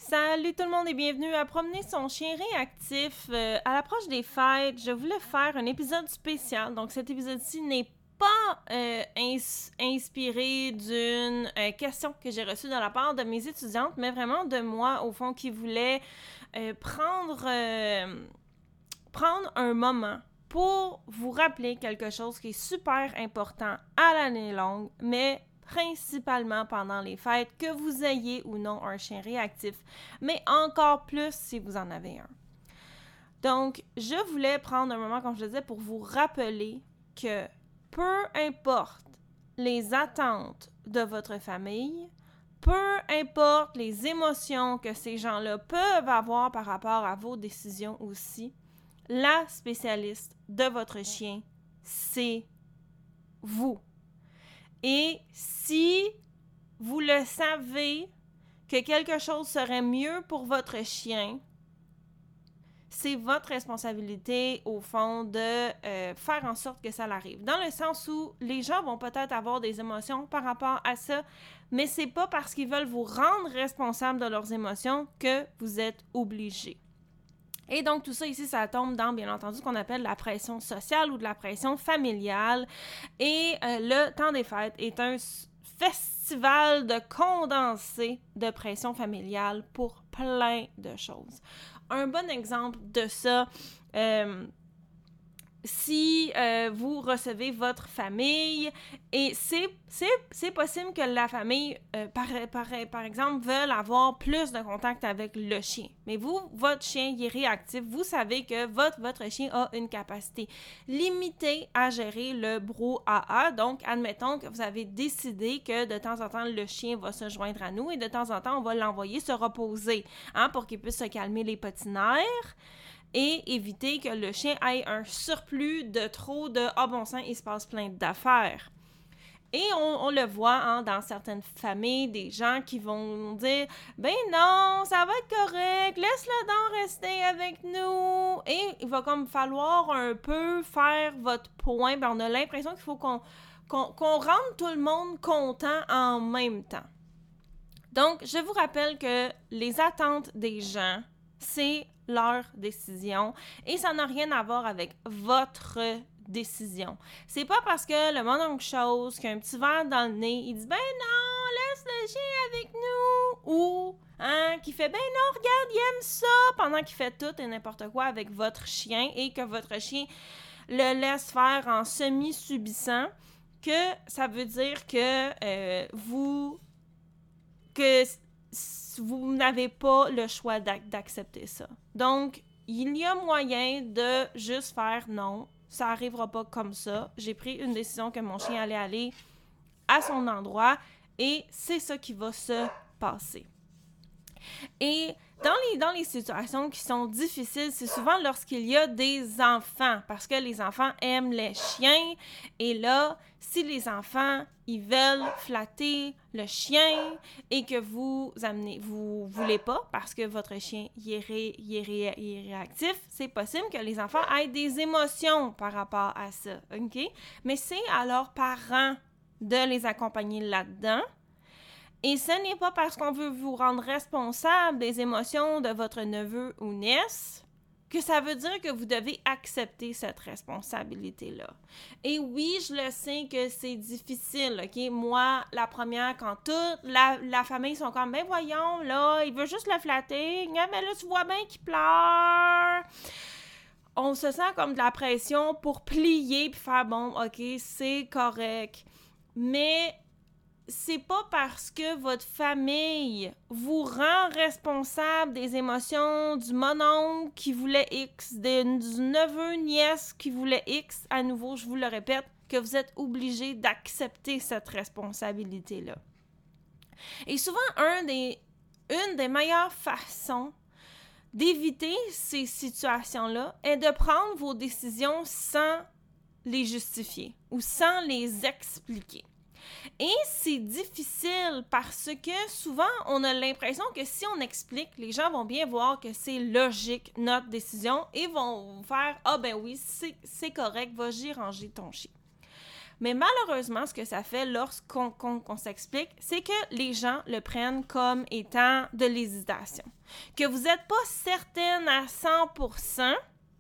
Salut tout le monde et bienvenue à Promener son chien réactif. À l'approche des fêtes, je voulais faire un épisode spécial. Donc cet épisode-ci n'est pas inspiré d'une question que j'ai reçue de la part de mes étudiantes, mais vraiment de moi, au fond, qui voulait prendre un moment pour vous rappeler quelque chose qui est super important à l'année longue, mais principalement pendant les fêtes, que vous ayez ou non un chien réactif, mais encore plus si vous en avez un. Donc, je voulais prendre un moment, comme je le disais, pour vous rappeler que peu importe les attentes de votre famille, peu importe les émotions que ces gens-là peuvent avoir par rapport à vos décisions aussi, la spécialiste de votre chien, c'est vous. Et si vous le savez que quelque chose serait mieux pour votre chien, c'est votre responsabilité, au fond, de faire en sorte que ça l'arrive. Dans le sens où les gens vont peut-être avoir des émotions par rapport à ça, mais c'est pas parce qu'ils veulent vous rendre responsable de leurs émotions que vous êtes obligé. Et donc, tout ça ici, ça tombe dans, bien entendu, ce qu'on appelle la pression sociale ou de la pression familiale. Et le temps des fêtes est un festival de condensé de pression familiale pour plein de choses. Un bon exemple de ça, si vous recevez votre famille, et c'est possible que la famille, par exemple, veuille avoir plus de contact avec le chien. Mais vous, votre chien, il est réactif. Vous savez que votre chien a une capacité limitée à gérer le brouhaha. Donc, admettons que vous avez décidé que de temps en temps, le chien va se joindre à nous et de temps en temps, on va l'envoyer se reposer pour qu'il puisse se calmer les petits nerfs. Et éviter que le chien ait un surplus de trop de « ah bon sang, il se passe plein d'affaires ». Et on le voit dans certaines familles, des gens qui vont dire « ben non, ça va être correct, laisse-le donc rester avec nous ». Et il va comme falloir un peu faire votre point. Ben, on a l'impression qu'il faut qu'on rende tout le monde content en même temps. Donc, je vous rappelle que les attentes des gens, c'est leur décision et ça n'a rien à voir avec votre décision. C'est pas parce que le mononcle chose qui a un petit verre dans le nez, il dit « ben non, laisse le chien avec nous » ou qui fait « ben non, regarde, il aime ça » pendant qu'il fait tout et n'importe quoi avec votre chien et que votre chien le laisse faire en semi-subissant, que ça veut dire que vous n'avez pas le choix d'accepter ça. Donc, il y a moyen de juste faire non, ça n'arrivera pas comme ça. J'ai pris une décision que mon chien allait aller à son endroit et c'est ça qui va se passer. Et dans les situations qui sont difficiles, c'est souvent lorsqu'il y a des enfants, parce que les enfants aiment les chiens. Et là, si les enfants, ils veulent flatter le chien et que vous voulez pas, parce que votre chien il est réactif, c'est possible que les enfants aient des émotions par rapport à ça, ok? Mais c'est à leurs parents de les accompagner là-dedans. Et ce n'est pas parce qu'on veut vous rendre responsable des émotions de votre neveu ou nièce que ça veut dire que vous devez accepter cette responsabilité-là. Et oui, je le sais que c'est difficile, OK? Moi, la première, quand toute la famille sont comme « ben voyons, là, il veut juste le flatter. Mais là, tu vois bien qu'il pleure. » On se sent comme de la pression pour plier puis faire « bon, OK, c'est correct. » Mais c'est pas parce que votre famille vous rend responsable des émotions du mononcle qui voulait X, du neveu, nièce qui voulait X, à nouveau, je vous le répète, que vous êtes obligé d'accepter cette responsabilité-là. Et souvent, une des meilleures façons d'éviter ces situations-là est de prendre vos décisions sans les justifier ou sans les expliquer. Et c'est difficile parce que souvent, on a l'impression que si on explique, les gens vont bien voir que c'est logique, notre décision, et vont faire « ah ben oui, c'est correct, vas-y ranger ton chien ». Mais malheureusement, ce que ça fait lorsqu'on s'explique, c'est que les gens le prennent comme étant de l'hésitation. Que vous n'êtes pas certaine à 100%.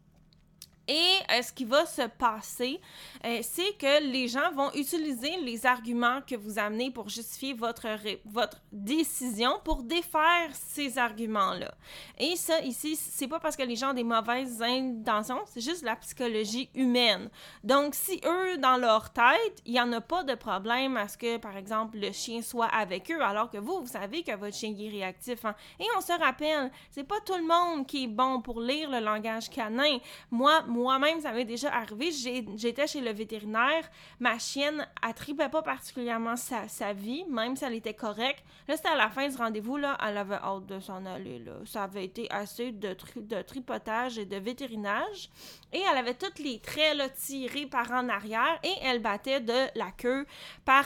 Et ce qui va se passer, c'est que les gens vont utiliser les arguments que vous amenez pour justifier votre décision pour défaire ces arguments-là. Et ça, ici, c'est pas parce que les gens ont des mauvaises intentions, c'est juste la psychologie humaine. Donc, si eux, dans leur tête, il n'y en a pas de problème à ce que, par exemple, le chien soit avec eux, alors que vous savez que votre chien est réactif. Hein? Et on se rappelle, c'est pas tout le monde qui est bon pour lire le langage canin. Moi-même, ça m'est déjà arrivé, j'étais chez le vétérinaire, ma chienne, elle tripait pas particulièrement sa vie, même si elle était correcte. Là, c'était à la fin du rendez-vous, là, elle avait hâte de s'en aller, là. Ça avait été assez de tripotage et de vétérinage. Et elle avait tous les traits, là, tirés par en arrière, et elle battait de la queue par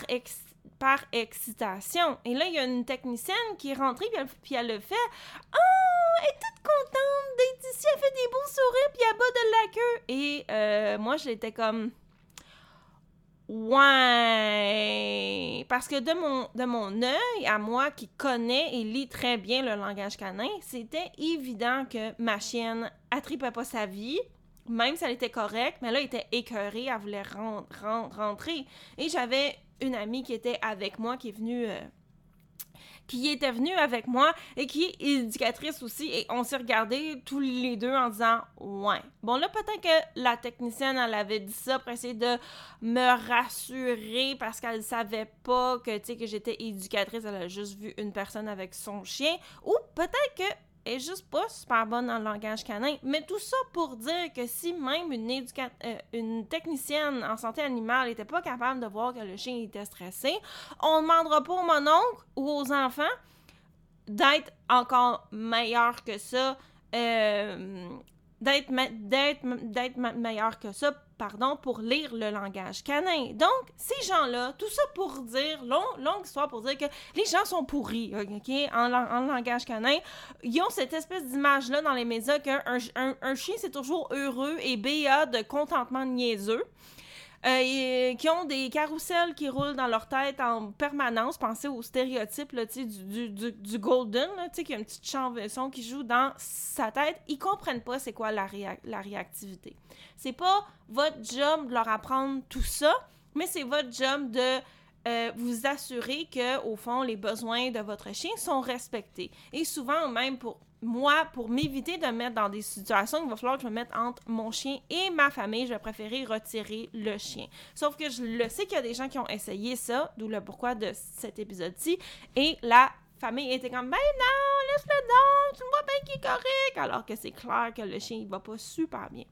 excitation. Et là, il y a une technicienne qui est rentrée, puis elle a fait « Oh, elle est toute contente d'être ici, elle fait des beaux sourires, puis elle bat de la queue. » Et moi, j'étais comme « Ouais! » Parce que de mon œil, à moi qui connais et lit très bien le langage canin, c'était évident que ma chienne attripait pas sa vie, même si elle était correcte, mais là, elle était écœurée, elle voulait rentrer. Et j'avais une amie qui était avec moi, qui était venue avec moi et qui est éducatrice aussi, et on s'est regardés tous les deux en disant « Ouais. » Bon, là, peut-être que la technicienne, elle avait dit ça pour essayer de me rassurer parce qu'elle savait pas que, tu sais, que j'étais éducatrice, elle a juste vu une personne avec son chien, ou peut-être que est juste pas super bonne dans le langage canin. Mais tout ça pour dire que si même une technicienne en santé animale n'était pas capable de voir que le chien était stressé, on ne demandera pas au mononcle ou aux enfants d'être encore meilleurs que ça, d'être meilleur que ça, pour lire le langage canin. Donc, ces gens-là, tout ça pour dire, longue histoire pour dire que les gens sont pourris, OK, en langage canin. Ils ont cette espèce d'image-là dans les médias qu'un chien, c'est toujours heureux et béat de contentement niaiseux. Qui ont des carousels qui roulent dans leur tête en permanence. Pensez au stéréotype là, du Golden, là, qui a une petite chanson qui joue dans sa tête. Ils comprennent pas c'est quoi la réactivité. C'est pas votre job de leur apprendre tout ça, mais c'est votre job de vous assurer que, au fond, les besoins de votre chien sont respectés. Et souvent, même pour m'éviter de me mettre dans des situations, il va falloir que je me mette entre mon chien et ma famille, je vais préférer retirer le chien. Sauf que je le sais qu'il y a des gens qui ont essayé ça, d'où le pourquoi de cet épisode-ci, et la famille était comme « Ben non, laisse-le donc, tu me vois bien qu'il est correct! » Alors que c'est clair que le chien, il va pas super bien.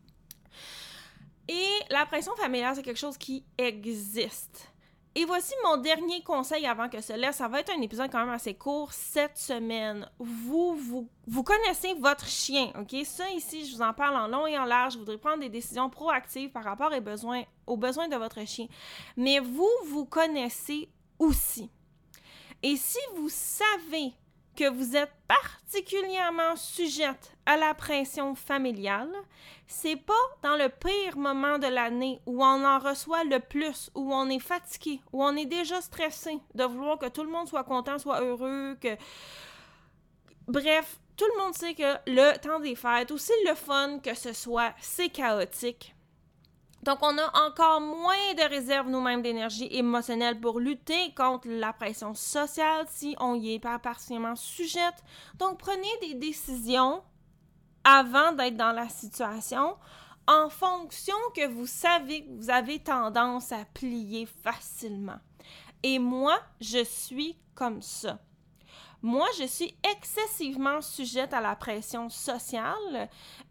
Et la pression familiale, c'est quelque chose qui existe. Et voici mon dernier conseil avant que cela, ça va être un épisode quand même assez court cette semaine. Vous connaissez votre chien, OK? Ça ici, je vous en parle en long et en large. Je voudrais prendre des décisions proactives par rapport aux besoins de votre chien. Mais vous connaissez aussi. Et si vous savez que vous êtes particulièrement sujette à la pression familiale, c'est pas dans le pire moment de l'année où on en reçoit le plus, où on est fatigué, où on est déjà stressé de vouloir que tout le monde soit content, soit heureux, que... Bref, tout le monde sait que le temps des fêtes, aussi le fun que ce soit, c'est chaotique. Donc, on a encore moins de réserves nous-mêmes d'énergie émotionnelle pour lutter contre la pression sociale si on y est particulièrement sujette. Donc, prenez des décisions avant d'être dans la situation en fonction que vous savez que vous avez tendance à plier facilement. Et moi, je suis comme ça. Moi, je suis excessivement sujette à la pression sociale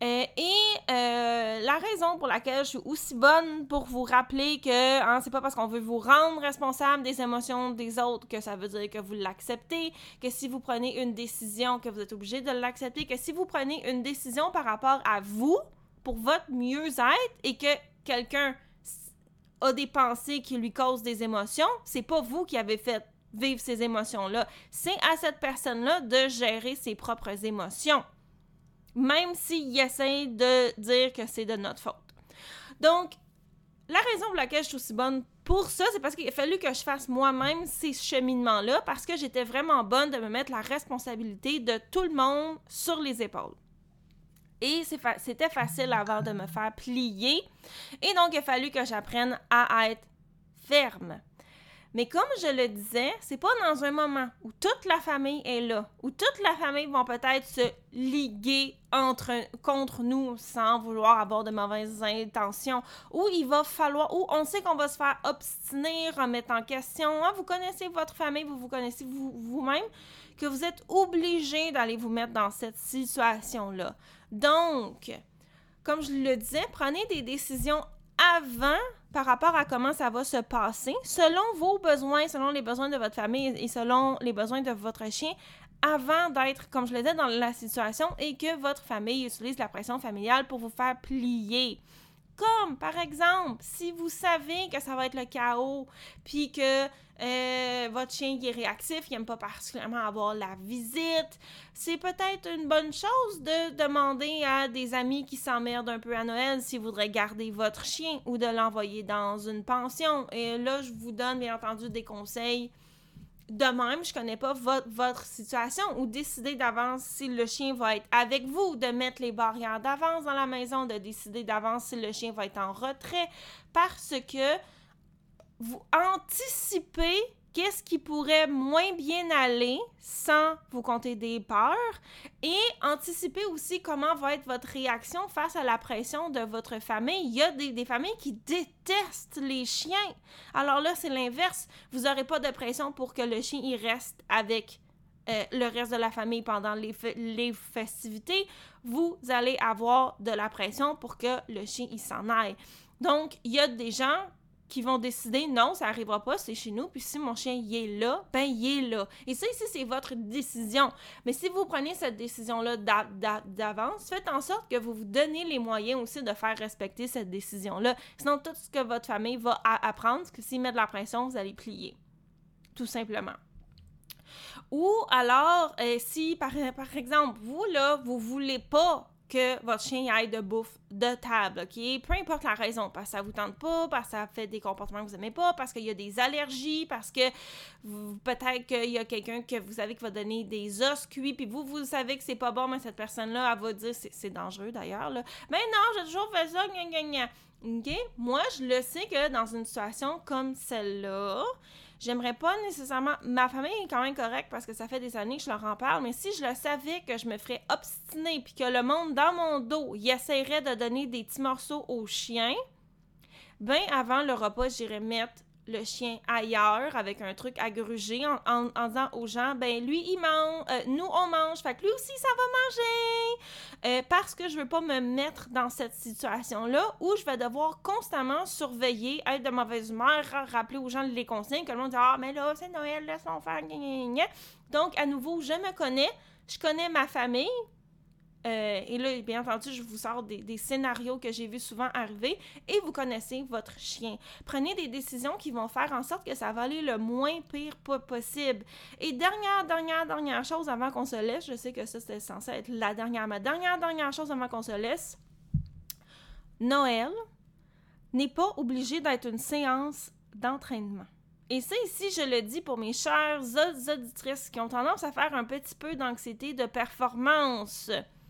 la raison pour laquelle je suis aussi bonne pour vous rappeler que c'est pas parce qu'on veut vous rendre responsable des émotions des autres que ça veut dire que vous l'acceptez, que si vous prenez une décision, que vous êtes obligé de l'accepter, que si vous prenez une décision par rapport à vous, pour votre mieux-être et que quelqu'un a des pensées qui lui causent des émotions, c'est pas vous qui avez fait vivre ces émotions-là. C'est à cette personne-là de gérer ses propres émotions, même s'il essaie de dire que c'est de notre faute. Donc, la raison pour laquelle je suis aussi bonne pour ça, c'est parce qu'il a fallu que je fasse moi-même ces cheminements-là, parce que j'étais vraiment bonne de me mettre la responsabilité de tout le monde sur les épaules. Et c'était facile avant de me faire plier. Et donc, il a fallu que j'apprenne à être ferme. Mais comme je le disais, c'est pas dans un moment où toute la famille est là, où toute la famille va peut-être se liguer contre nous sans vouloir avoir de mauvaises intentions, où il va falloir, où on sait qu'on va se faire obstiner, remettre en question. Hein? Vous connaissez votre famille, vous connaissez vous-même, que vous êtes obligé d'aller vous mettre dans cette situation-là. Donc, comme je le disais, prenez des décisions avant par rapport à comment ça va se passer, selon vos besoins, selon les besoins de votre famille et selon les besoins de votre chien, avant d'être, comme je le disais, dans la situation et que votre famille utilise la pression familiale pour vous faire plier. Comme, par exemple, si vous savez que ça va être le chaos, puis que votre chien il est réactif, il n'aime pas particulièrement avoir la visite, c'est peut-être une bonne chose de demander à des amis qui s'emmerdent un peu à Noël s'ils voudraient garder votre chien ou de l'envoyer dans une pension. Et là, je vous donne bien entendu des conseils. De même, je connais pas votre situation ou décider d'avance si le chien va être avec vous, de mettre les barrières d'avance dans la maison, de décider d'avance si le chien va être en retrait parce que vous anticipez qu'est-ce qui pourrait moins bien aller sans vous compter des peurs et anticiper aussi comment va être votre réaction face à la pression de votre famille. Il y a des familles qui détestent les chiens. Alors là, c'est l'inverse. Vous n'aurez pas de pression pour que le chien il reste avec le reste de la famille pendant les festivités. Vous allez avoir de la pression pour que le chien il s'en aille. Donc, il y a des gens qui vont décider, non, ça n'arrivera pas, c'est chez nous, puis si mon chien y est là, ben il est là. Et ça, ici, c'est votre décision. Mais si vous prenez cette décision-là d'avance, faites en sorte que vous vous donnez les moyens aussi de faire respecter cette décision-là. Sinon, tout ce que votre famille va apprendre, c'est que s'ils mettent de la pression, vous allez plier. Tout simplement. Ou alors, si, par exemple, vous, là, vous voulez pas que votre chien aille de bouffe de table, OK? Peu importe la raison, parce que ça vous tente pas, parce que ça fait des comportements que vous aimez pas, parce qu'il y a des allergies, parce que peut-être qu'il y a quelqu'un que vous savez qui va donner des os cuits, puis vous savez que c'est pas bon, mais cette personne-là, elle va dire, c'est dangereux d'ailleurs, là. Mais non, j'ai toujours fait ça, gna gna gna. OK? Moi, je le sais que dans une situation comme celle-là, j'aimerais pas nécessairement... Ma famille est quand même correcte parce que ça fait des années que je leur en parle, mais si je le savais que je me ferais obstiner puis que le monde dans mon dos, il essaierait de donner des petits morceaux aux chiens, ben avant le repas, j'irais mettre le chien ailleurs avec un truc à gruger en disant aux gens, ben lui, il mange, nous, on mange, fait que lui aussi, ça va manger. Parce que je veux pas me mettre dans cette situation-là où je vais devoir constamment surveiller, être de mauvaise humeur, rappeler aux gens les consignes, que le monde dit « Ah, mais là, c'est Noël, laisse-moi faire, gna gna gna. » Donc, à nouveau, je me connais, je connais ma famille. Et là, bien entendu, je vous sors des scénarios que j'ai vus souvent arriver et vous connaissez votre chien. Prenez des décisions qui vont faire en sorte que ça va aller le moins pire possible. Et dernière chose avant qu'on se laisse, je sais que ça, c'était censé être la dernière, mais dernière chose avant qu'on se laisse, Noël n'est pas obligé d'être une séance d'entraînement. Et ça, ici, je le dis pour mes chères auditrices qui ont tendance à faire un petit peu d'anxiété de performance.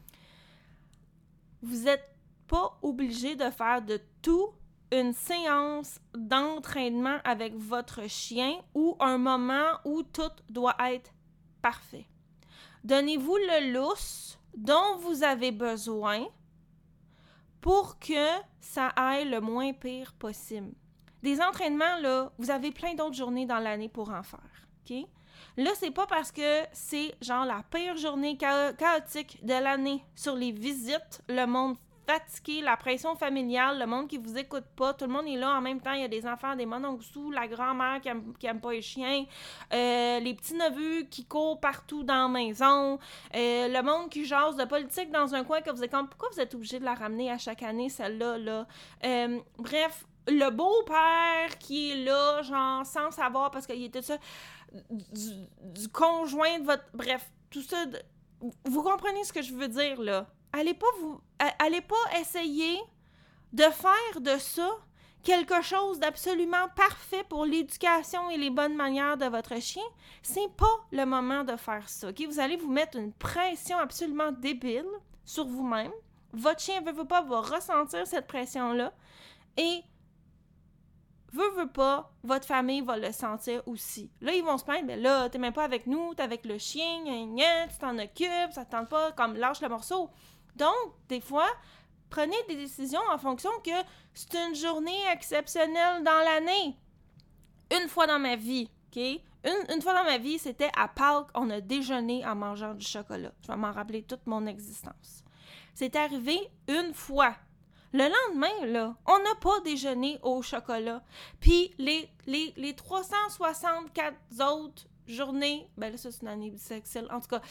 Vous n'êtes pas obligé de faire de tout une séance d'entraînement avec votre chien ou un moment où tout doit être parfait. Donnez-vous le lousse dont vous avez besoin pour que ça aille le moins pire possible. Des entraînements, là, vous avez plein d'autres journées dans l'année pour en faire, OK? Là, c'est pas parce que c'est genre la pire journée chaotique de l'année sur les visites, le monde fatigué, la pression familiale, le monde qui vous écoute pas, tout le monde est là en même temps, il y a des enfants, des mononcous, la grand-mère qui aime pas les chiens, les petits-neveux qui courent partout dans la maison, le monde qui jase de politique dans un coin que vous êtes comme, pourquoi vous êtes obligé de la ramener à chaque année, celle-là, là? Bref, le beau-père qui est là, genre, sans savoir parce qu'il était ça... Du conjoint de votre... Bref, tout ça... Vous comprenez ce que je veux dire, là? Allez pas essayer de faire de ça quelque chose d'absolument parfait pour l'éducation et les bonnes manières de votre chien, c'est pas le moment de faire ça. Okay? Vous allez vous mettre une pression absolument débile sur vous-même. Votre chien, veut pas, va ressentir cette pression-là. Et, veut pas, votre famille va le sentir aussi. Là, ils vont se plaindre, mais là, t'es même pas avec nous, t'es avec le chien, gna, gna, tu t'en occupes, ça te tente pas, comme lâche le morceau. Donc, des fois, prenez des décisions en fonction que c'est une journée exceptionnelle dans l'année. Une fois dans ma vie, OK? Une fois dans ma vie, c'était à Pâques, on a déjeuné en mangeant du chocolat. Je vais m'en rappeler toute mon existence. C'est arrivé une fois. Le lendemain, là, on n'a pas déjeuné au chocolat. Puis les 364 autres journées, ben là, ça, c'est une année bissexuelle, en tout cas,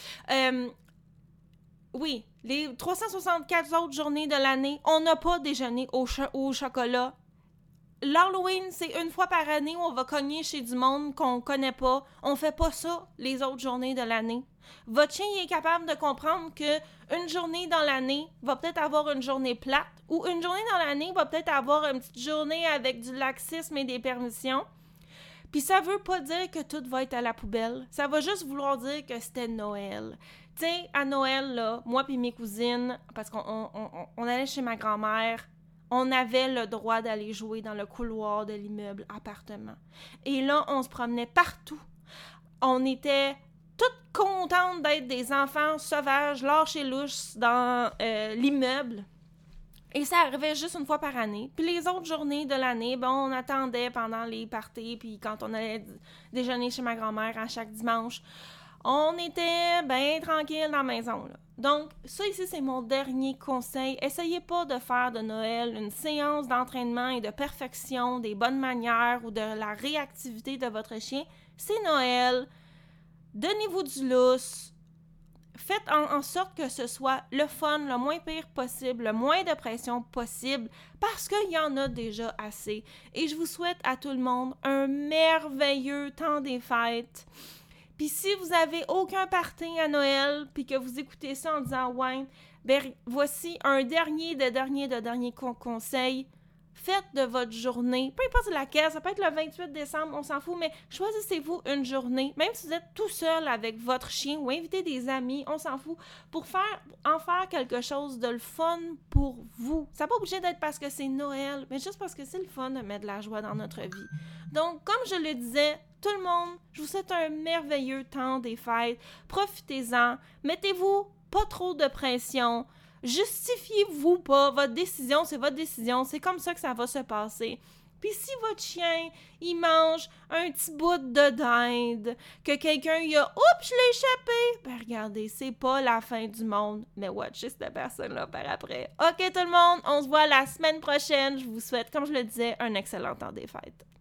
oui, les 364 autres journées de l'année, on n'a pas déjeuné au chocolat. L'Halloween, c'est une fois par année où on va cogner chez du monde qu'on connaît pas. On fait pas ça les autres journées de l'année. Votre chien est capable de comprendre que une journée dans l'année va peut-être avoir une journée plate ou une journée dans l'année va peut-être avoir une petite journée avec du laxisme et des permissions. Puis ça veut pas dire que tout va être à la poubelle. Ça va juste vouloir dire que c'était Noël. Tu sais, à Noël, là, moi puis mes cousines, parce qu'on allait chez ma grand-mère, on avait le droit d'aller jouer dans le couloir de l'immeuble appartement. Et là, on se promenait partout. On était toutes contentes d'être des enfants sauvages, lâches et louches dans l'immeuble. Et ça arrivait juste une fois par année. Puis les autres journées de l'année, bon, on attendait pendant les parties, puis quand on allait déjeuner chez ma grand-mère à chaque dimanche, on était bien tranquille dans la maison, là. Donc, ça ici, c'est mon dernier conseil. Essayez pas de faire de Noël une séance d'entraînement et de perfection des bonnes manières ou de la réactivité de votre chien. C'est Noël. Donnez-vous du lousse. Faites en sorte que ce soit le fun, le moins pire possible, le moins de pression possible, parce qu'il y en a déjà assez. Et je vous souhaite à tout le monde un merveilleux temps des fêtes. Puis si vous avez aucun party à Noël, puis que vous écoutez ça en disant « Ouais, ben voici un dernier conseil. » Faites de votre journée, peu importe laquelle, ça peut être le 28 décembre, on s'en fout, mais choisissez-vous une journée, même si vous êtes tout seul avec votre chien ou invitez des amis, on s'en fout, pour en faire quelque chose de le fun pour vous. Ça n'est pas obligé d'être parce que c'est Noël, mais juste parce que c'est le fun de mettre de la joie dans notre vie. Donc, comme je le disais, tout le monde, je vous souhaite un merveilleux temps des fêtes. Profitez-en. Mettez-vous pas trop de pression. Justifiez-vous pas. Votre décision, c'est votre décision. C'est comme ça que ça va se passer. Puis si votre chien, il mange un petit bout de dinde, que quelqu'un y a « Oups, je l'ai échappé! » Ben regardez, c'est pas la fin du monde. Mais watchez cette personne-là par après. OK tout le monde, on se voit la semaine prochaine. Je vous souhaite, comme je le disais, un excellent temps des fêtes.